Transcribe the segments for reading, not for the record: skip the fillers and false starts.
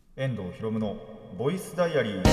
遠藤ひろむのボイスダイアリー。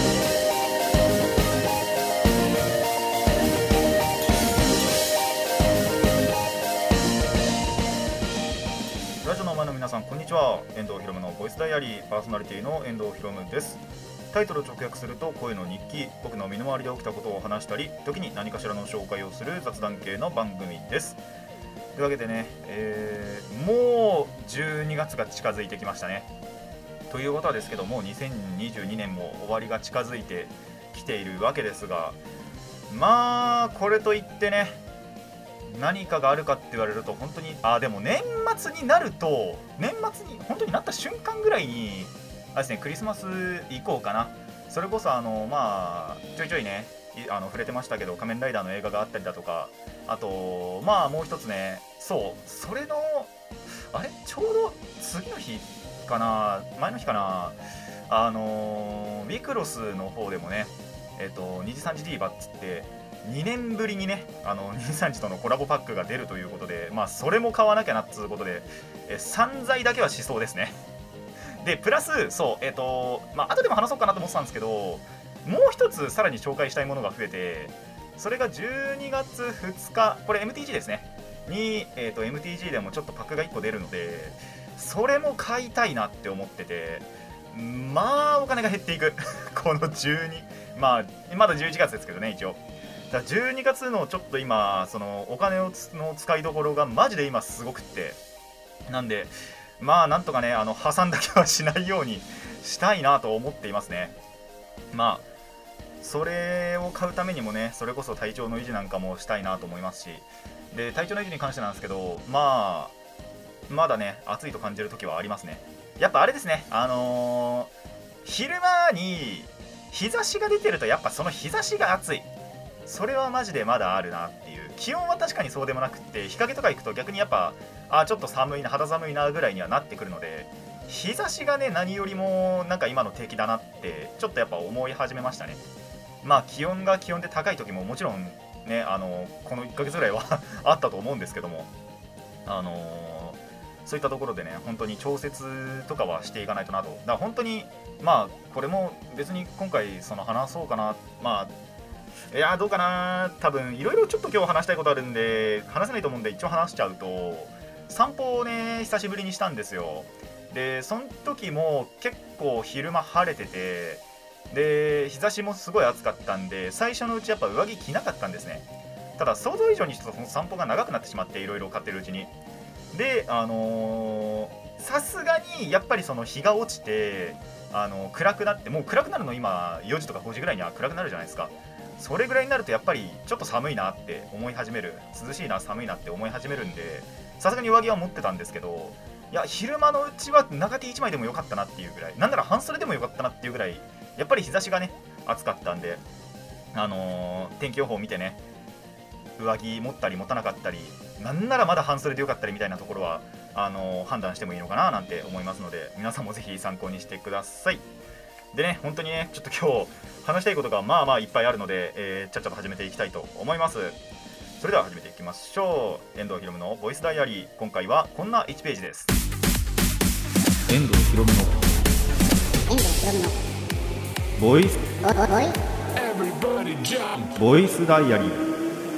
ラジオの前の皆さん、こんにちは。遠藤ひろむのボイスダイアリーパーソナリティの遠藤ひろむです。タイトルを直訳すると声の日記。僕の身の回りで起きたことを話したり、時に何かしらの紹介をする雑談系の番組です。というわけでね、もう12月が近づいてきましたね。ということはですけども、2022年も終わりが近づいてきているわけですが、まあこれといってね、何かがあるかって言われると本当にでも年末になると、年末に本当になった瞬間ぐらいにですね、クリスマス以降かな、それこそちょいちょいね触れてましたけど、仮面ライダーの映画があったりだとか、あともう一つね、それのちょうど次の日かな、前の日かな、ビクロスの方でもね、2次3次 D バっつって2年ぶりにね、2次3次とのコラボパックが出るということで、それも買わなきゃなっつうことで、散財だけはしそうですね。でプラス後でも話そうかなと思ってたんですけど、もう一つさらに紹介したいものが増えて、それが12月2日、これ MTG ですねに、MTG でもちょっとパックが1個出るので、それも買いたいなって思ってて、お金が減っていくこの12、まだ11月ですけどね、一応だから12月のちょっと今そのお金の使いどころがマジで今すごくって、なんでなんとかね、破産だけはしないようにしたいなと思っていますね。それを買うためにもね、それこそ体調の維持なんかもしたいなと思いますし、で体調の維持に関してなんですけど、まだね暑いと感じる時はありますね。やっぱあれですね、昼間に日差しが出てると、やっぱその日差しが暑い、それはマジでまだあるなっていう。気温は確かにそうでもなくって、日陰とか行くと逆にやっぱちょっと寒いな、肌寒いなぐらいにはなってくるので、日差しがね何よりもなんか今の敵だなってちょっとやっぱ思い始めましたね。気温が気温で高い時ももちろんね、この1ヶ月ぐらいはあったと思うんですけども、そういったところでね、本当に調節とかはしていかないとなと。だから本当にこれも別に今回その話そうかな、いやどうかな、多分いろいろちょっと今日話したいことあるんで話せないと思うんで、一応話しちゃうと、散歩をね久しぶりにしたんですよ。でその時も結構昼間晴れてて、で日差しもすごい暑かったんで、最初のうちやっぱ上着着なかったんですね。ただ想像以上にちょっと散歩が長くなってしまって、いろいろ買ってるうちに。でさすがにやっぱりその日が落ちて暗くなって、もう暗くなるの今4時とか5時ぐらいには暗くなるじゃないですか。それぐらいになるとやっぱりちょっと寒いなって思い始める、涼しいな寒いなって思い始めるんで、さすがに上着は持ってたんですけど、いや昼間のうちは長 T 1枚でもよかったなっていうぐらい、なんなら半袖でもよかったなっていうぐらい、やっぱり日差しがね暑かったんで、天気予報を見てね、上着持ったり持たなかったり、なんならまだ半袖でよかったりみたいなところは判断してもいいのかななんて思いますので、皆さんもぜひ参考にしてください。でね、本当にねちょっと今日話したいことがいっぱいあるので、ちゃっちゃと始めていきたいと思います。それでは始めていきましょう。遠藤ひろむのボイスダイアリー、今回はこんな1ページです。遠藤ひろむのボイスダイアリー。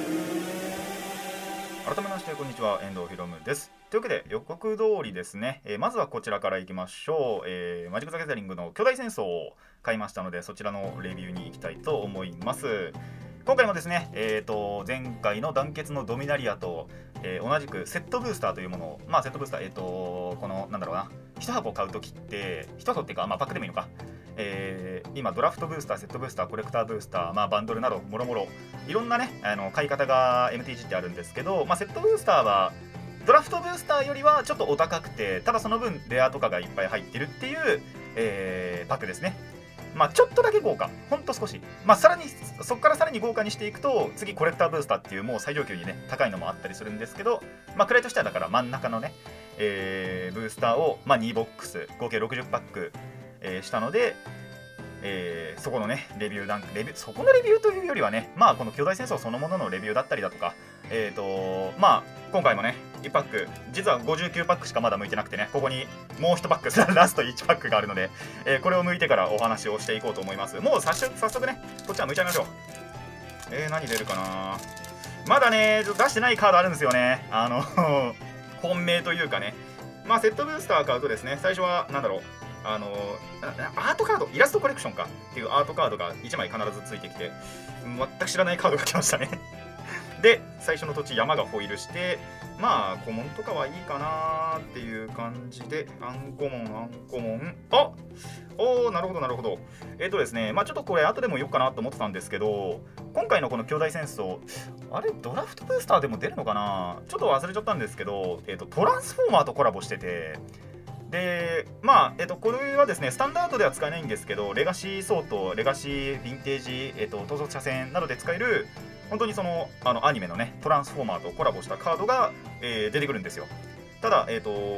改めましてこんにちは、遠藤ひろむです。というわけで予告通りですね、まずはこちらからいきましょう。マジック・ザ・ギャザリングの巨大戦争を買いましたので、そちらのレビューに行きたいと思います。今回もですね、前回の団結のドミナリアと、同じくセットブースターというものを、セットブースター、このなんだろうな、1箱買うときって、1箱っていうか、パックでもいいのか、今ドラフトブースター、セットブースター、コレクターブースター、バンドルなどもろもろいろんなね買い方が MTG ってあるんですけど、セットブースターはドラフトブースターよりはちょっとお高くて、ただその分レアとかがいっぱい入ってるっていう、パックですね。ちょっとだけ豪華、ほんと少し、さらにそこからさらに豪華にしていくと、次コレクターブースターっていうもう最上級にね高いのもあったりするんですけど、位としてはだから真ん中のね、ブースターを、2ボックス合計60パック、したので、そこのねそこのレビューというよりはね、この巨大戦争そのもののレビューだったりだとか、今回もね 1パック、実は59パックしかまだ向いてなくてね、ここにもう1パックラスト1パックがあるので、これを向いてからお話をしていこうと思います。もう早速ね、こっちは向いちゃいましょう。何出るかな。まだね出してないカードあるんですよね。本命というかね、まあセットブースター買うとですね、最初はなんだろう、アートカード、イラストコレクションかっていうアートカードが1枚必ずついてきて、全く知らないカードが来ましたねで、最初の土地山がホイールして、まあ古文とかはいいかなーっていう感じで、アンコモン、なるほど。ですね、まあちょっとこれ後でも言おうかなと思ってたんですけど、今回のこの兄弟戦争、あれドラフトブースターでも出るのかな、ちょっと忘れちゃったんですけど、トランスフォーマーとコラボしてて、でまあこれはですねスタンダードでは使えないんですけど、レガシーソート、レガシーヴィンテージ、統率車線などで使える本当にそのアニメのねトランスフォーマーとコラボしたカードが、出てくるんですよ。ただ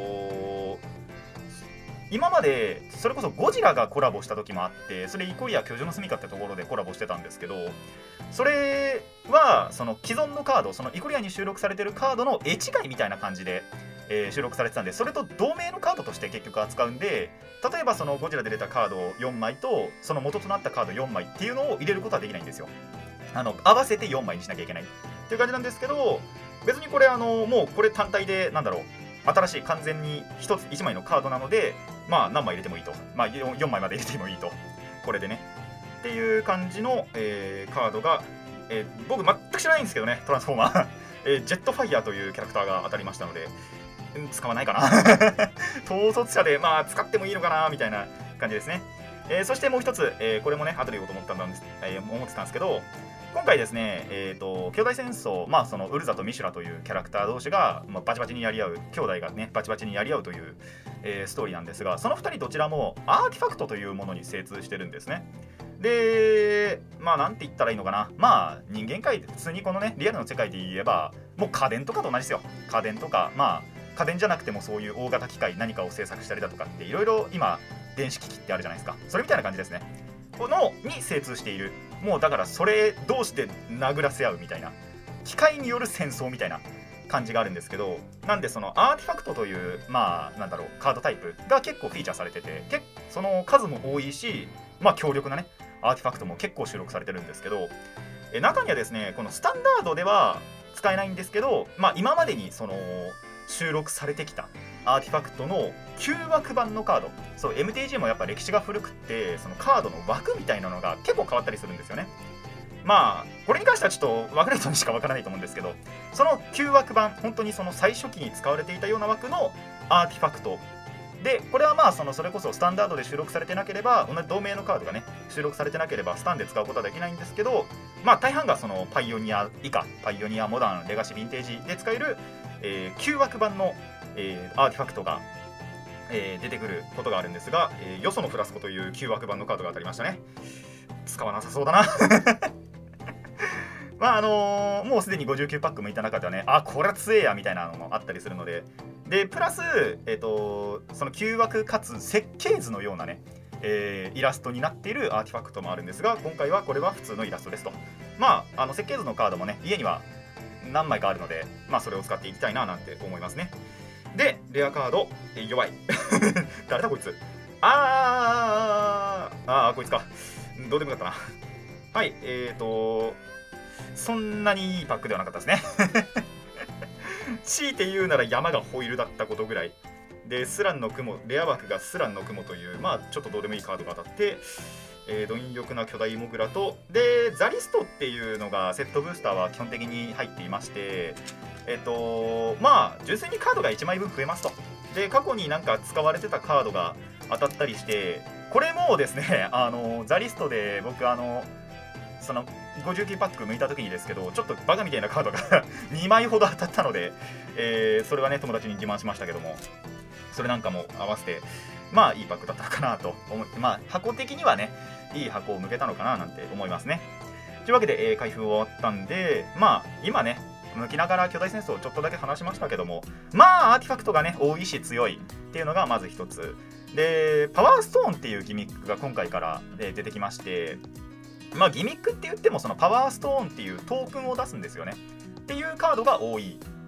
今までそれこそゴジラがコラボした時もあって、それイコリア巨樹の住みかってところでコラボしてたんですけど、それはその既存のカード、そのイコリアに収録されてるカードの絵違いみたいな感じで収録されてたんで、それと同名のカードとして結局扱うんで、例えばそのゴジラで出たカード4枚とその元となったカード4枚っていうのを入れることはできないんですよ。合わせて4枚にしなきゃいけないっていう感じなんですけど、別にこれもうこれ単体でなんだろう、新しい完全に1枚のカードなので、まあ何枚入れてもいいと、まあ 4枚まで入れてもいいと、これでねっていう感じの、カードが、僕全く知らないんですけどね、トランスフォーマージェットファイヤーというキャラクターが当たりましたので、使わないかな統率者でまあ使ってもいいのかなみたいな感じですね。そしてもう一つ、これもね後で言おうと思ってたんですけど、今回ですね兄弟戦争、まあそのウルザとミシュラというキャラクター同士が、まあ、バチバチにやり合う、兄弟がねバチバチにやり合うという、ストーリーなんですが、その2人どちらもアーティファクトというものに精通してるんですね。でまあなんて言ったらいいのかな、まあ人間界で普通にこのねリアルの世界で言えばもう家電とかと同じですよ。家電とか、まあ家電じゃなくてもそういう大型機械何かを製作したりだとかっていろいろ今電子機器ってあるじゃないですか。それみたいな感じですね。このに精通している、もうだからそれ同士で殴らせ合うみたいな、機械による戦争みたいな感じがあるんですけど、なんでそのアーティファクトというまあなんだろうカードタイプが結構フィーチャーされてて、その数も多いし、まあ強力なねアーティファクトも結構収録されてるんですけど、中にはですねこのスタンダードでは使えないんですけど、まあ今までにその収録されてきたアーティファクトの旧枠版のカード、そう MTG もやっぱ歴史が古くって、そのカードの枠みたいなのが結構変わったりするんですよね。まあこれに関してはちょっと分かる人にしか分からないと思うんですけど、その旧枠版、本当にその最初期に使われていたような枠のアーティファクトで、これはまあそれこそスタンダードで収録されてなければ、同じ同名のカードがね収録されてなければスタンで使うことはできないんですけど、まあ大半がそのパイオニア以下、パイオニアモダン、レガシーヴィンテージで使える、旧枠版の、アーティファクトが、出てくることがあるんですが、よそのフラスコという旧枠版のカードが当たりましたね。使わなさそうだなまあもうすでに59パック向いた中ではね、あこれは強えやみたいなのもあったりするので、でプラスその旧枠かつ設計図のようなね、イラストになっているアーティファクトもあるんですが、今回はこれは普通のイラストですと。まあ設計図のカードもね家には何枚かあるので、まあそれを使っていきたいななんて思いますね。でレアカード、弱い誰だこいつ、こいつか、どうでもよかったな。はい、そんなにいいパックではなかったですね強いて言うなら山がホイールだったことぐらいで、スランの雲、レア枠がスランの雲という、まあちょっとどうでもいいカードが当たって、貪欲な巨大モグラと、でザリストっていうのがセットブースターは基本的に入っていまして、まあ純粋にカードが1枚分増えますと。で過去になんか使われてたカードが当たったりして、これもですねザリストで僕その59パック向いた時にですけど、ちょっとバカみたいなカードが2枚ほど当たったので、それはね友達に自慢しましたけども、それなんかも合わせてまあいいパックだったのかなと思って、まあ箱的にはねいい箱を向けたのかななんて思いますね。というわけで、開封終わったんで、まあ今ね向きながら巨大戦争をちょっとだけ話しましたけども、まあアーティファクトがね多いし強いっていうのがまず一つで、パワーストーンっていうギミックが今回から出てきまして、まあギミックって言ってもそのパワーストーンっていうトークンを出すんですよねっていうカードが多い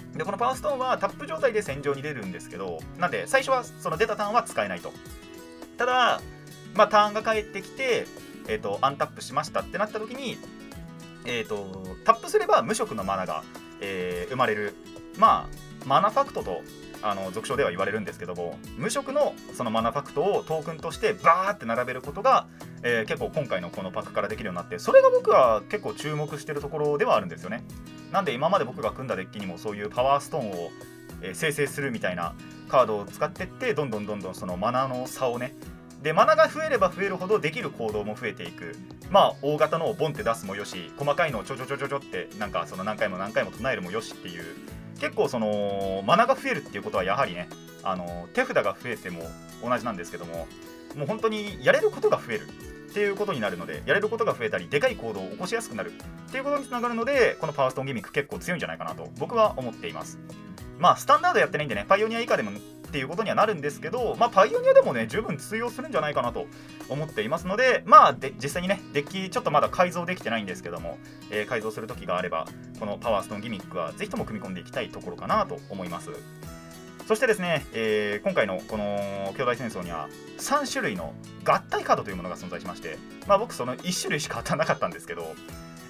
でこのパワーストーンはタップ状態で戦場に出るんですけど、なんで最初はその出たターンは使えないと。ただ、まあ、ターンが返ってきて、アンタップしましたってなった時に、タップすれば無色のマナが、生まれる、まあマナファクトと俗称では言われるんですけども、無色のそのマナファクトをトークンとしてバーって並べることが、結構今回のこのパックからできるようになって、それが僕は結構注目してるところではあるんですよね。なんで今まで僕が組んだデッキにもそういうパワーストーンを、生成するみたいなカードを使ってって、どんどんそのマナの差をね、でマナが増えれば増えるほどできる行動も増えていく。まあ大型のをボンって出すもよし、細かいのをちょってなんかその何回も唱えるもよしっていう、結構そのマナが増えるっていうことはやはりね、手札が増えても同じなんですけども、もう本当にやれることが増えるっていうことになるので、やれることが増えたりでかい行動を起こしやすくなるっていうことにつながるので、このパワーストーンギミック結構強いんじゃないかなと僕は思っています。まあスタンダードやってないんでね、パイオニア以下でもっていうことにはなるんですけど、まあパイオニアでもね十分通用するんじゃないかなと思っていますので、まあ実際にねデッキちょっとまだ改造できてないんですけども、改造する時があればこのパワーストーンギミックはぜひとも組み込んでいきたいところかなと思います。そしてですね、今回のこの兄弟戦争には3種類の合体カードというものが存在しまして、まあ僕その1種類しか当たらなかったんですけど、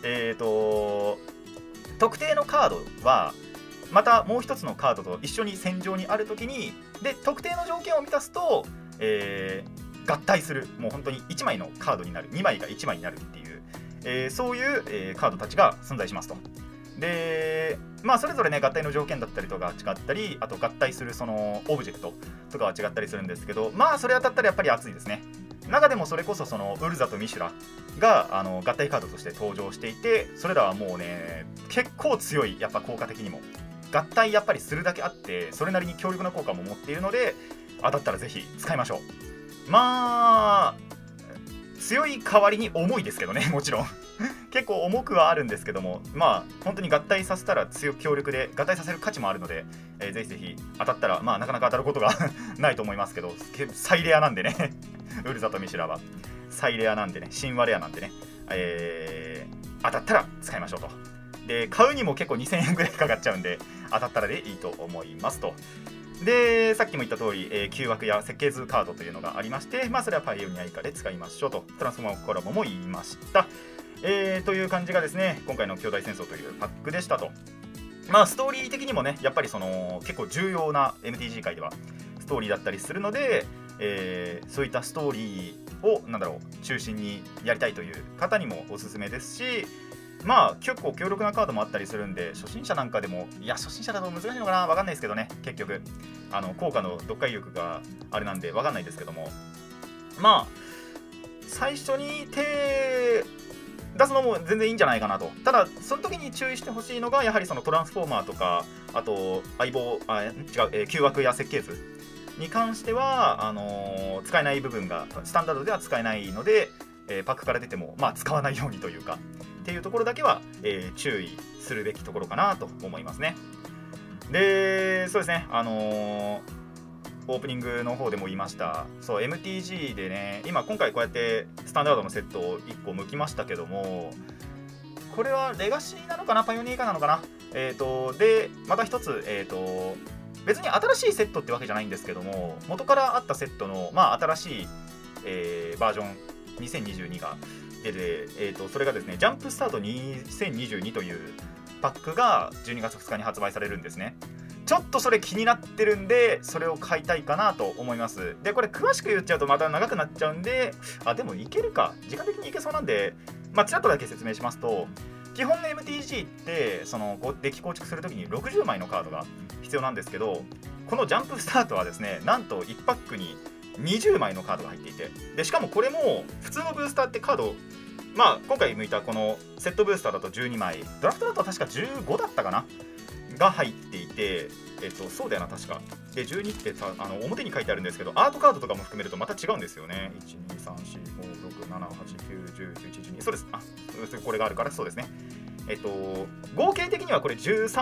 特定のカードはまたもう一つのカードと一緒に戦場にあるときに、で特定の条件を満たすと、合体する、もう本当に1枚のカードになる、2枚が1枚になるっていう、そういう、カードたちが存在しますと。でまあそれぞれね合体の条件だったりとか違ったり、あと合体するそのオブジェクトとかは違ったりするんですけど、まあそれ当たったらやっぱり熱いですね。中でもそれこそそのウルザとミシュラが合体カードとして登場していて、それらはもうね結構強い、やっぱ効果的にも合体やっぱりするだけあって、それなりに強力な効果も持っているので、当たったらぜひ使いましょう。まあ強い代わりに重いですけどね、もちろん結構重くはあるんですけども、まあ本当に合体させたら強力で合体させる価値もあるので、ぜひぜひ当たったら、まあなかなか当たることがないと思いますけど、最レアなんでねウルザとミシュラは最レアなんでね、神話レアなんでね、当たったら使いましょうと。で買うにも結構2000円ぐらいかかっちゃうんで、当たったらでいいと思いますと。でさっきも言った通り、旧枠や設計図カードというのがありまして、まあそれはパイオニア以下で使いましょうと。トランスフォーマーコラボも言いました。という感じがですね、今回の兄弟戦争というパックでしたと。まあストーリー的にもね、やっぱりその結構重要な MTG 界ではストーリーだったりするので、そういったストーリーを中心にやりたいという方にもおすすめですし、まあ結構強力なカードもあったりするんで、初心者なんかでも、いや初心者だと難しいのかな、分かんないですけどね、結局効果の読解力があれなんで分かんないですけども、まあ最初に手出すのも全然いいんじゃないかなと。ただその時に注意してほしいのが、やはりそのトランスフォーマーとか、あと旧枠や設計図に関しては使えない部分がスタンダードでは使えないので、パックから出ても、まあ、使わないようにというかっていうところだけは、注意するべきところかなと思いますね。でそうですね、オープニングの方でも言いました、そう MTG でね、今回こうやってスタンダードのセットを1個剥きましたけども、これはレガシーなのかな、パイオニア以下なのかな、でまた一つ、別に新しいセットってわけじゃないんですけども、元からあったセットの、まあ、新しい、バージョン2022が出て、それがですね、ジャンプスタート2022というパックが12月2日に発売されるんですね。ちょっとそれ気になってるんで、それを買いたいかなと思います。でこれ詳しく言っちゃうとまた長くなっちゃうんで、でもいけるか、時間的にいけそうなんで、まあちらっとだけ説明しますと、基本の MTG ってそのデッキ構築するときに60枚のカードが必要なんですけど、このジャンプスタートはですね、なんと1パックに20枚のカードが入っていて、でしかもこれも普通のブースターってカード、まあ今回向いたこのセットブースターだと12枚、ドラフトだと確か15だったかなが入っていて、そうだよな確か。で12って表に書いてあるんですけど、アートカードとかも含めるとまた違うんですよね。123456789101112、そうです。これがあるからそうですね。合計的にはこれ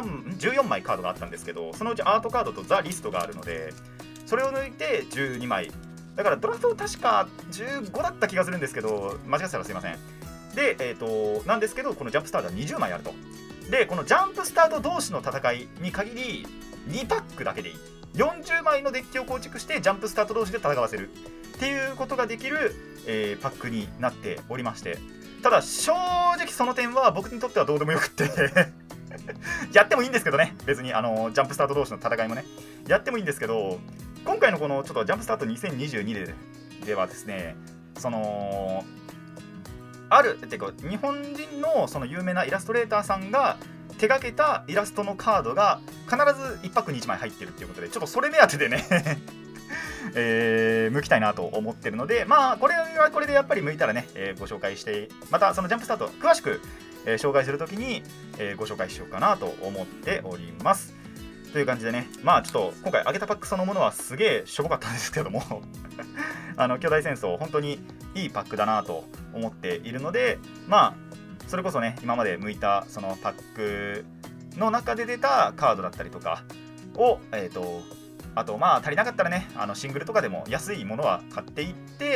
14枚カードがあったんですけど、そのうちアートカードとザ・リストがあるので、それを抜いて12枚だから、ドラフト確か15だった気がするんですけど、間違ってたらすいません。で、なんですけど、このジャンプスターが20枚あると。 でこのジャンプスタート同士の戦いに限り2パックだけでいい、40枚のデッキを構築してジャンプスタート同士で戦わせるっていうことができる、パックになっておりまして、ただ正直その点は僕にとってはどうでもよくってやってもいいんですけどね、別にジャンプスタート同士の戦いもねやってもいいんですけど、今回のこのちょっとジャンプスタート2022ではですね、そのあるってか日本人のその有名なイラストレーターさんが手掛けたイラストのカードが必ず1パックに1枚入ってるっていうことで、ちょっとそれ目当てでね向きたいなと思ってるので、まあこれはこれでやっぱり向いたらね、ご紹介して、またそのジャンプスタート詳しく、紹介するときに、ご紹介しようかなと思っております。という感じでね、まあちょっと今回上げたパックそのものはすげえしょぼかったんですけども巨大戦争本当にいいパックだなと思っているので、まあそれこそね今まで向いたそのパックの中で出たカードだったりとかをあとまあ足りなかったらねシングルとかでも安いものは買っていって、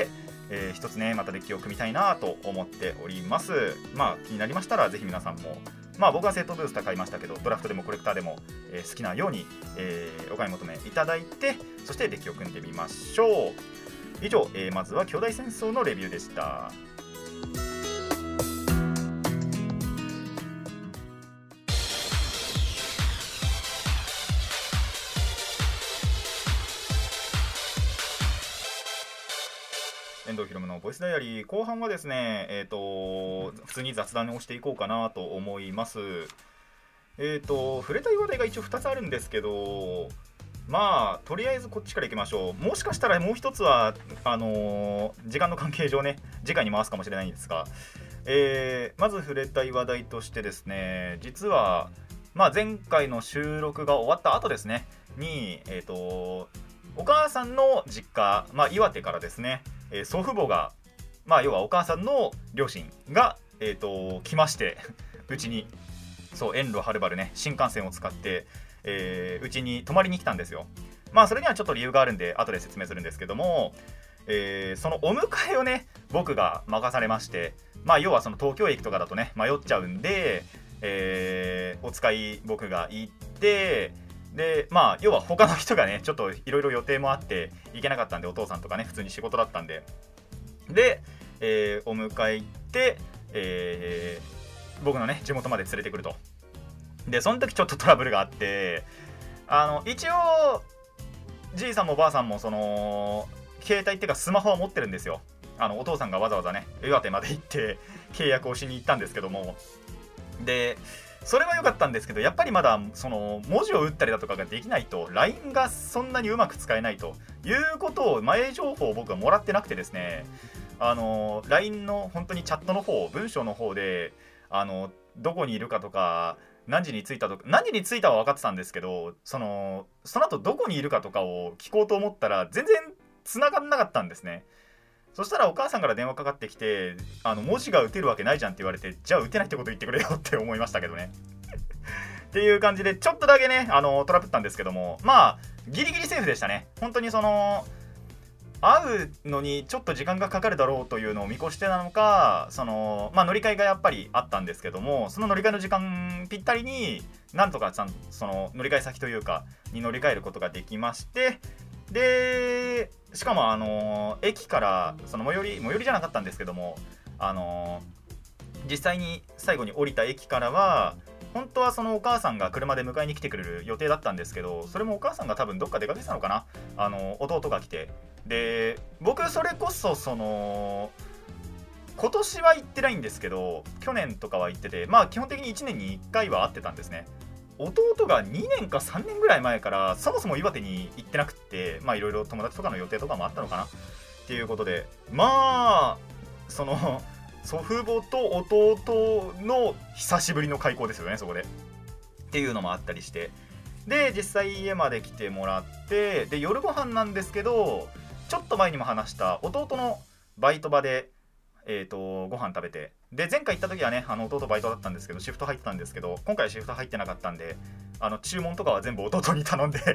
一つねまたデッキを組みたいなと思っております。まあ気になりましたらぜひ皆さんも、まあ僕はセットブースター買いましたけど、ドラフトでもコレクターでも、好きなように、お買い求めいただいて、そしてデッキを組んでみましょう。以上、まずは兄弟戦争のレビューでした。遠藤ひろむのボイスダイアリー後半はですね、普通に雑談をしていこうかなと思います。触れたい話題が一応2つあるんですけど、まあとりあえずこっちからいきましょう。もしかしたらもう一つは時間の関係上ね次回に回すかもしれないんですが、まず触れたい話題としてですね、実は、まあ、前回の収録が終わった後ですねに、お母さんの実家、まあ、岩手からですね、祖父母が、まあ、要はお母さんの両親が、来ましてうちに、そう遠路はるばるね新幹線を使ってうちに泊まりに来たんですよ。まあそれにはちょっと理由があるんで後で説明するんですけども、そのお迎えをね僕が任されまして、まあ要はその東京駅とかだとね迷っちゃうんで、お使い僕が行って、でまあ要は他の人がねちょっといろいろ予定もあって行けなかったんで、お父さんとかね普通に仕事だったんで、で、お迎え行って、僕のね地元まで連れてくると。でその時ちょっとトラブルがあって、一応じいさんもばあさんもその携帯っていうかスマホは持ってるんですよ。お父さんがわざわざね岩手まで行って契約をしに行ったんですけども、でそれは良かったんですけど、やっぱりまだその文字を打ったりだとかができないと LINE がそんなにうまく使えないということを前情報を僕はもらってなくてですね、LINE の本当にチャットの方文章の方でどこにいるかとか何時に着いたとか、何時に着いたは分かってたんですけど、その後どこにいるかとかを聞こうと思ったら全然繋がんなかったんですね。そしたらお母さんから電話かかってきて、文字が打てるわけないじゃんって言われて、じゃあ打てないってこと言ってくれよって思いましたけどねっていう感じでちょっとだけねトラブったんですけども、まあギリギリセーフでしたね。本当にその会うのにちょっと時間がかかるだろうというのを見越してなのか、そのまあ乗り換えがやっぱりあったんですけども、その乗り換えの時間ぴったりになんとかその乗り換え先というかに乗り換えることができまして、でしかも駅からその最寄りじゃなかったんですけども、実際に最後に降りた駅からは本当はそのお母さんが車で迎えに来てくれる予定だったんですけど、それもお母さんが多分どっか出かけてたのかな、弟が来て、で僕それこそその今年は行ってないんですけど去年とかは行ってて、まあ基本的に1年に1回は会ってたんですね。弟が2年か3年ぐらい前からそもそも岩手に行ってなくって、まあいろいろ友達とかの予定とかもあったのかなっていうことで、まあその祖父母と弟の久しぶりの開口ですよね、そこでっていうのもあったりして、で実際家まで来てもらって、で夜ご飯なんですけど、ちょっと前にも話した弟のバイト場でご飯食べて、で前回行った時はね弟バイトだったんですけどシフト入ってたんですけど、今回シフト入ってなかったんで注文とかは全部弟に頼んで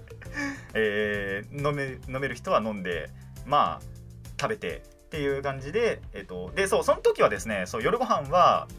飲める人は飲んで、まあ食べてっていう感じで、でその時はですね、そう夜ご飯は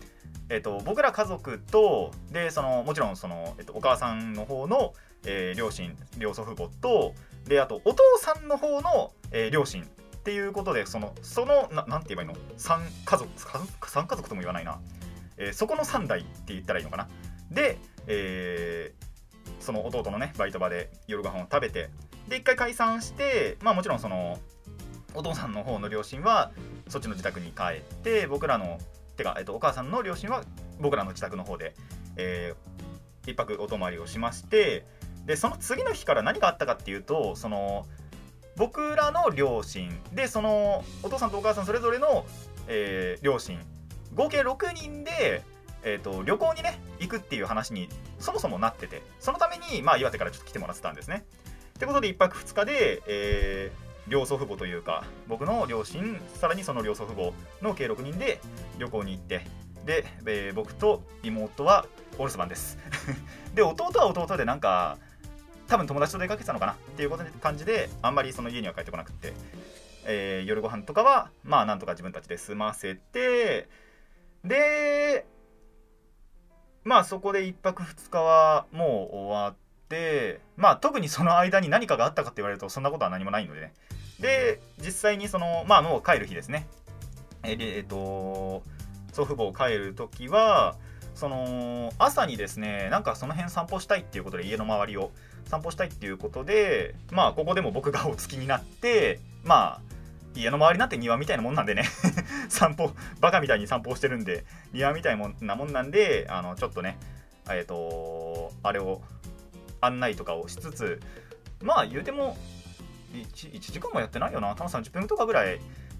僕ら家族とでもちろんお母さんの方の、両親両祖父母とであとお父さんの方の、両親っていうことでなんて言えばいいの3家族とも言わないな、そこの3代って言ったらいいのかなで、その弟のねバイト場で夜ご飯を食べてで一回解散して、もちろんお父さんの方の両親はそっちの自宅に帰って僕らのお母さんの両親は僕らの自宅の方で、一泊お泊まりをしまして、でその次の日から何があったかっていうと僕らの両親でお父さんとお母さんそれぞれの、両親合計6人で、旅行にね行くっていう話にそもそもなってて、そのために岩手からちょっと来てもらってたんですね。ってことで1泊2日で、両祖父母というか僕の両親さらにその両祖父母の計6人で旅行に行ってで、僕と妹はお留守番ですで弟は弟でなんか多分友達と出かけてたのかなっていう感じであんまりその家には帰ってこなくって、夜ご飯とかはなんとか自分たちで済ませてでそこで1泊2日はもう終わって特にその間に何かがあったかって言われるとそんなことは何もないのでね。で実際にもう帰る日ですね。祖父母を帰るときは朝にですねなんかその辺散歩したいっていうことで家の周りを散歩したいっていうことでここでも僕がお付きになって家の周りなんて庭みたいなもんなんでねバカみたいに散歩をしてるんで庭みたいなもんなんでちょっとねあれを案内とかをしつつ言うても1時間もやってないよな、多分30分とかぐらい、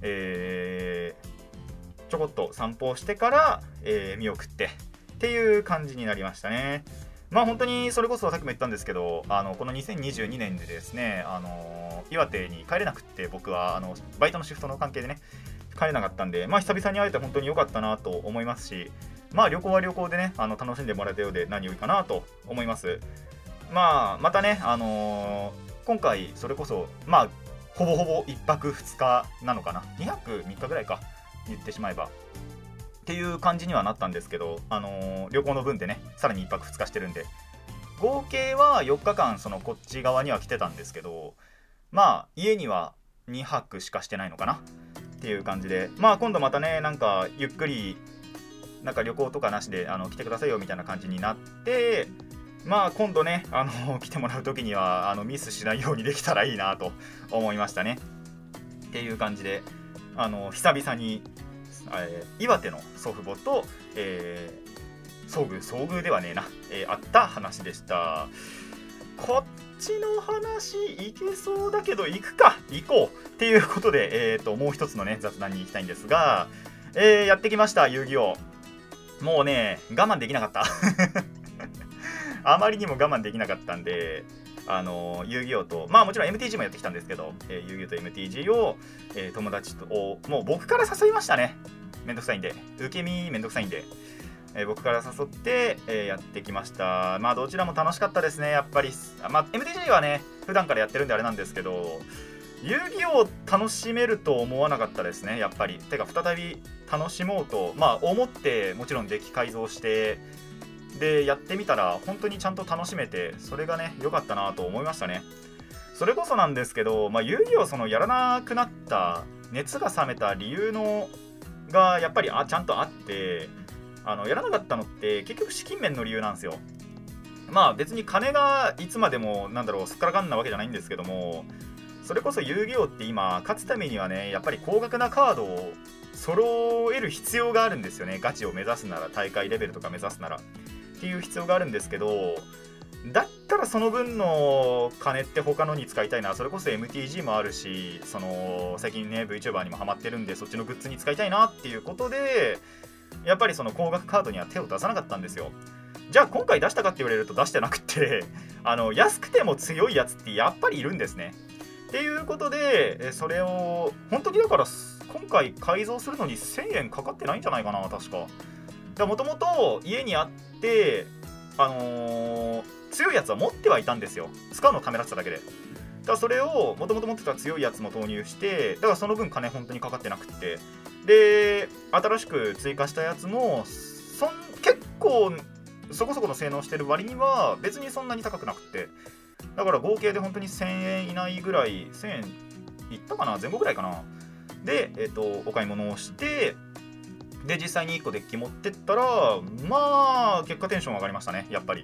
ちょこっと散歩をしてから、見送ってっていう感じになりましたね。本当にそれこそさっきも言ったんですけどこの2022年でですね岩手に帰れなくって僕はバイトのシフトの関係でね帰れなかったんで久々に会えて本当に良かったなと思いますし旅行は旅行でね楽しんでもらえたようで何よりかなと思います。またね今回それこそほぼほぼ1泊2日なのかな2泊3日ぐらいか言ってしまえばっていう感じにはなったんですけど旅行の分でねさらに1泊2日してるんで合計は4日間こっち側には来てたんですけど家には2泊しかしてないのかなっていう感じで今度またねなんかゆっくりなんか旅行とかなしで来てくださいよみたいな感じになって今度ね来てもらう時にはミスしないようにできたらいいなと思いましたねっていう感じで久々に、岩手の祖父母と、遭遇ではねえな、あった話でした。こっちの話いけそうだけど行こうっていうことで、もう一つのね雑談に行きたいんですが、やってきました遊戯王。もうね我慢できなかったあまりにも我慢できなかったんで遊戯王ともちろん MTG もやってきたんですけど、遊戯王と MTG を、友達ともう僕から誘いましたね。めんどくさいんで受け身めんどくさいんで、僕から誘って、やってきました。どちらも楽しかったですねやっぱり。MTG はね普段からやってるんであれなんですけど遊戯王を楽しめると思わなかったですねやっぱり。てか再び楽しもうと思ってもちろんデッキ改造してでやってみたら本当にちゃんと楽しめてそれがね良かったなと思いましたね。それこそなんですけど、遊戯王やらなくなった熱が冷めた理由がやっぱりちゃんとあってやらなかったのって結局資金面の理由なんですよ。別に金がいつまでもすっからかんなわけじゃないんですけどもそれこそ遊戯王って今勝つためにはねやっぱり高額なカードを揃える必要があるんですよね。ガチを目指すなら大会レベルとか目指すならっていう必要があるんですけどだったらその分の金って他のに使いたいな。それこそ MTG もあるし最近ね VTuber にもハマってるんでそっちのグッズに使いたいなっていうことでやっぱり高額カードには手を出さなかったんですよ。じゃあ今回出したかって言われると出してなくて安くても強いやつってやっぱりいるんですね。っていうことでそれを本当にだから今回改造するのに1000円かかってないんじゃないかな確か。もともと家にあって強いやつは持ってはいたんですよ。使うのためらってただけで。だからそれをもともと持ってた強いやつも投入してだからその分金本当にかかってなくってで新しく追加したやつもそん構そこそこの性能してる割には別にそんなに高くなくて、だから合計で本当に1000円以内ぐらい、1000円いったかな、前後ぐらいかなで、お買い物をして、で実際に1個デッキ持ってったら、まあ結果テンション上がりましたね。やっぱり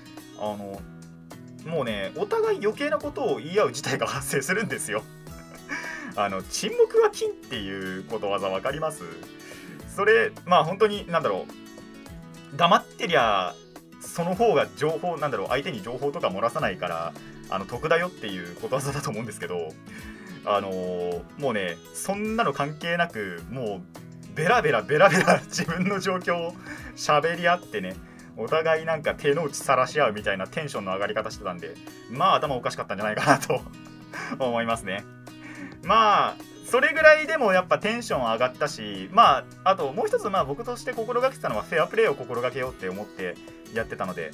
もうね、お互い余計なことを言い合う事態が発生するんですよ沈黙は金っていうことわざ分かります？それまあ本当に黙ってりゃその方が情報相手に情報とか漏らさないから得だよっていうことわざだと思うんですけど、もうね、そんなの関係なく、もうベラベラ自分の状況を喋り合ってね、お互い手の内さらし合うみたいなテンションの上がり方してたんで、まあ頭おかしかったんじゃないかなと思いますね。まあそれぐらいでもやっぱテンション上がったし、まああともう一つ僕として心がけてたのはフェアプレーを心がけようって思ってやってたので、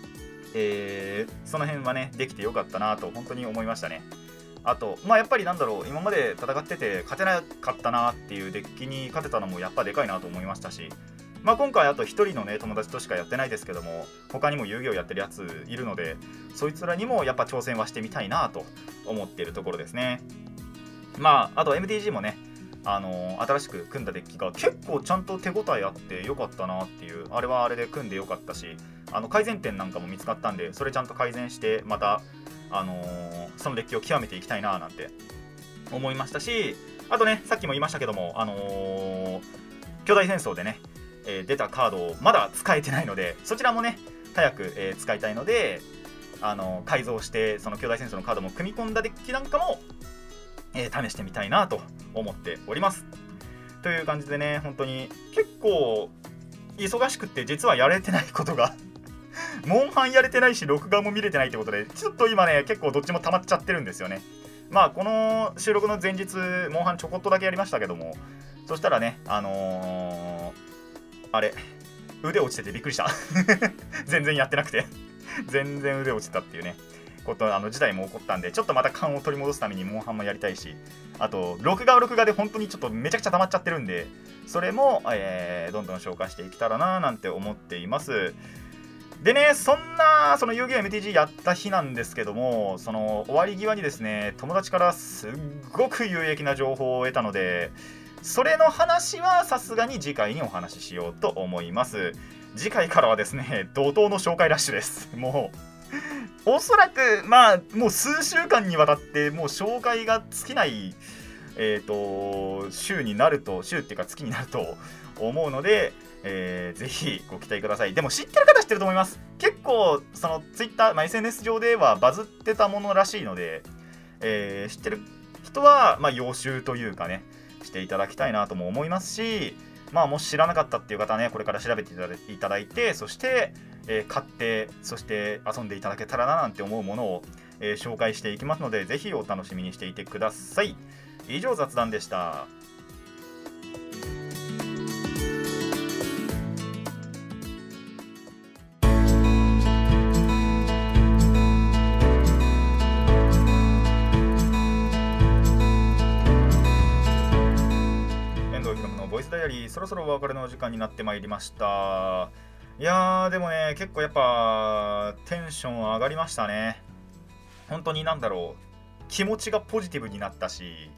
その辺はねできてよかったなと本当に思いましたね。あとやっぱり今まで戦ってて勝てなかったなっていうデッキに勝てたのもやっぱでかいなと思いましたし、今回あと1人のね友達としかやってないですけども、他にも遊戯をやってるやついるので、そいつらにもやっぱ挑戦はしてみたいなと思っているところですね。あと MTG もね、新しく組んだデッキが結構ちゃんと手応えあってよかったなっていう、あれはあれで組んでよかったし、改善点なんかも見つかったんで、それちゃんと改善してまた、そのデッキを極めていきたいななんて思いましたし、あとね、さっきも言いましたけども、巨大戦争でね、出たカードをまだ使えてないので、そちらもね早く、使いたいので、改造してその巨大戦争のカードも組み込んだデッキなんかも試してみたいなと思っております。という感じでね、本当に結構忙しくって実はやれてないことがモンハンやれてないし録画も見れてないってことで、ちょっと今ね結構どっちも溜まっちゃってるんですよね。この収録の前日モンハンちょこっとだけやりましたけども、そしたらねあれ腕落ちててびっくりした全然やってなくて全然腕落ちたっていうね事態も起こったんで、ちょっとまた勘を取り戻すためにモンハンもやりたいし、あと録画は録画で本当にちょっとめちゃくちゃ溜まっちゃってるんで、それも、どんどん消化していけたらななんて思っています。でね、その遊戯王 MTG やった日なんですけども、その終わり際にですね、友達からすっごく有益な情報を得たので、それの話はさすがに次回にお話ししようと思います。次回からはですね、怒涛の紹介ラッシュです。もうおそらくもう数週間にわたってもう紹介が尽きない週になると、週っていうか月になると思うので、ぜひご期待ください。でも知ってる方知ってると思います。結構その Twitter、SNS 上ではバズってたものらしいので、知ってる人は予習というかねしていただきたいなとも思いますし、もし知らなかったっていう方はね、これから調べていただいて、そして、買ってそして遊んでいただけたらななんて思うものを、紹介していきますので、ぜひお楽しみにしていてください。以上、雑談でした。ボイスダイアリー、そろそろお別れの時間になってまいりました。いやー、でもね、結構やっぱテンション上がりましたね。本当に気持ちがポジティブになったし、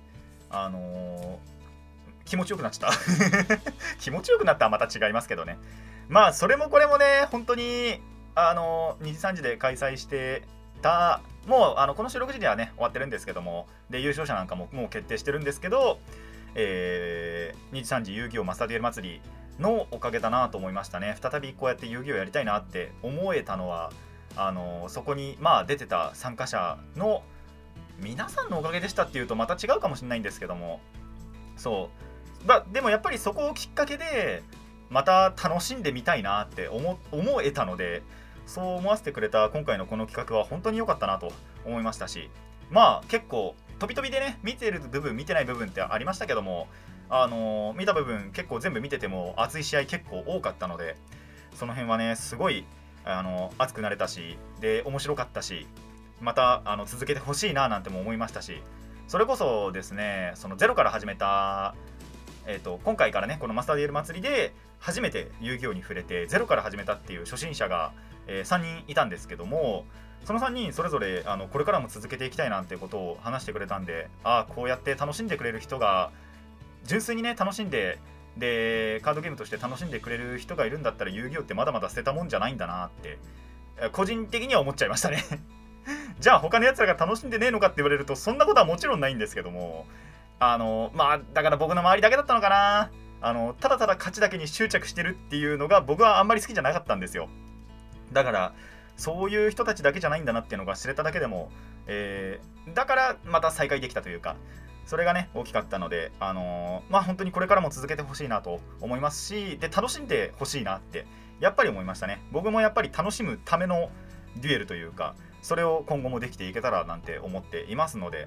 気持ちよくなっちゃった気持ちよくなったらまた違いますけどね。それもこれもね、本当に2時3時で開催してた、もうこの収録時にはね終わってるんですけども、で優勝者なんかももう決定してるんですけど、2時3時遊戯王マスターデュエル祭りのおかげだなと思いましたね。再びこうやって遊戯王やりたいなって思えたのは、そこに出てた参加者の皆さんのおかげでしたっていうとまた違うかもしれないんですけども、でもやっぱりそこをきっかけでまた楽しんでみたいなって思えたので、そう思わせてくれた今回のこの企画は本当に良かったなと思いましたし、結構飛び飛びでね見てる部分見てない部分ってありましたけども、見た部分結構全部見てても熱い試合結構多かったので、その辺はねすごい熱くなれたし、で面白かったし、また続けてほしいななんても思いましたし、それこそですね、そのゼロから始めた今回からねこのマスターデュエル祭りで初めて遊戯王に触れてゼロから始めたっていう初心者が、3人いたんですけども、その3人それぞれこれからも続けていきたいなんてことを話してくれたんで、こうやって楽しんでくれる人が純粋にね楽しんで、でカードゲームとして楽しんでくれる人がいるんだったら遊戯王ってまだまだ捨てたもんじゃないんだなって個人的には思っちゃいましたねじゃあ他のやつらが楽しんでねえのかって言われるとそんなことはもちろんないんですけども、だから僕の周りだけだったのかな。ただただ勝ちだけに執着してるっていうのが僕はあんまり好きじゃなかったんですよ。だからそういう人たちだけじゃないんだなっていうのが知れただけでも、だからまた再開できたというか、それがね大きかったので、本当にこれからも続けてほしいなと思いますし、で楽しんでほしいなってやっぱり思いましたね。僕もやっぱり楽しむためのデュエルというか、それを今後もできていけたらなんて思っていますので、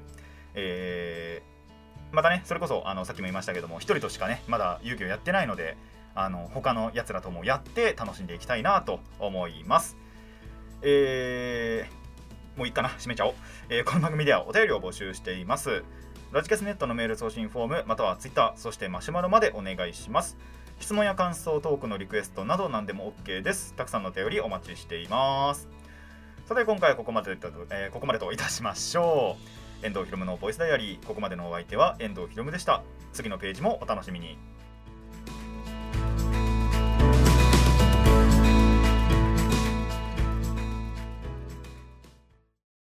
またねそれこそさっきも言いましたけども、一人としかねまだ遊戯をやってないので、他のやつらともやって楽しんでいきたいなと思います。もういいかな、締めちゃおう。この番組ではお便りを募集しています。ラジキャスネットのメール送信フォームまたは Twitter、 そしてマシュマロまでお願いします。質問や感想、トークのリクエストなど何でも OK です。たくさんのお便りお待ちしています。さて今回はここまでといたしましょう。遠藤ひろむのボイスダイアリー、ここまでのお相手は遠藤ひろむでした。次のページもお楽しみに。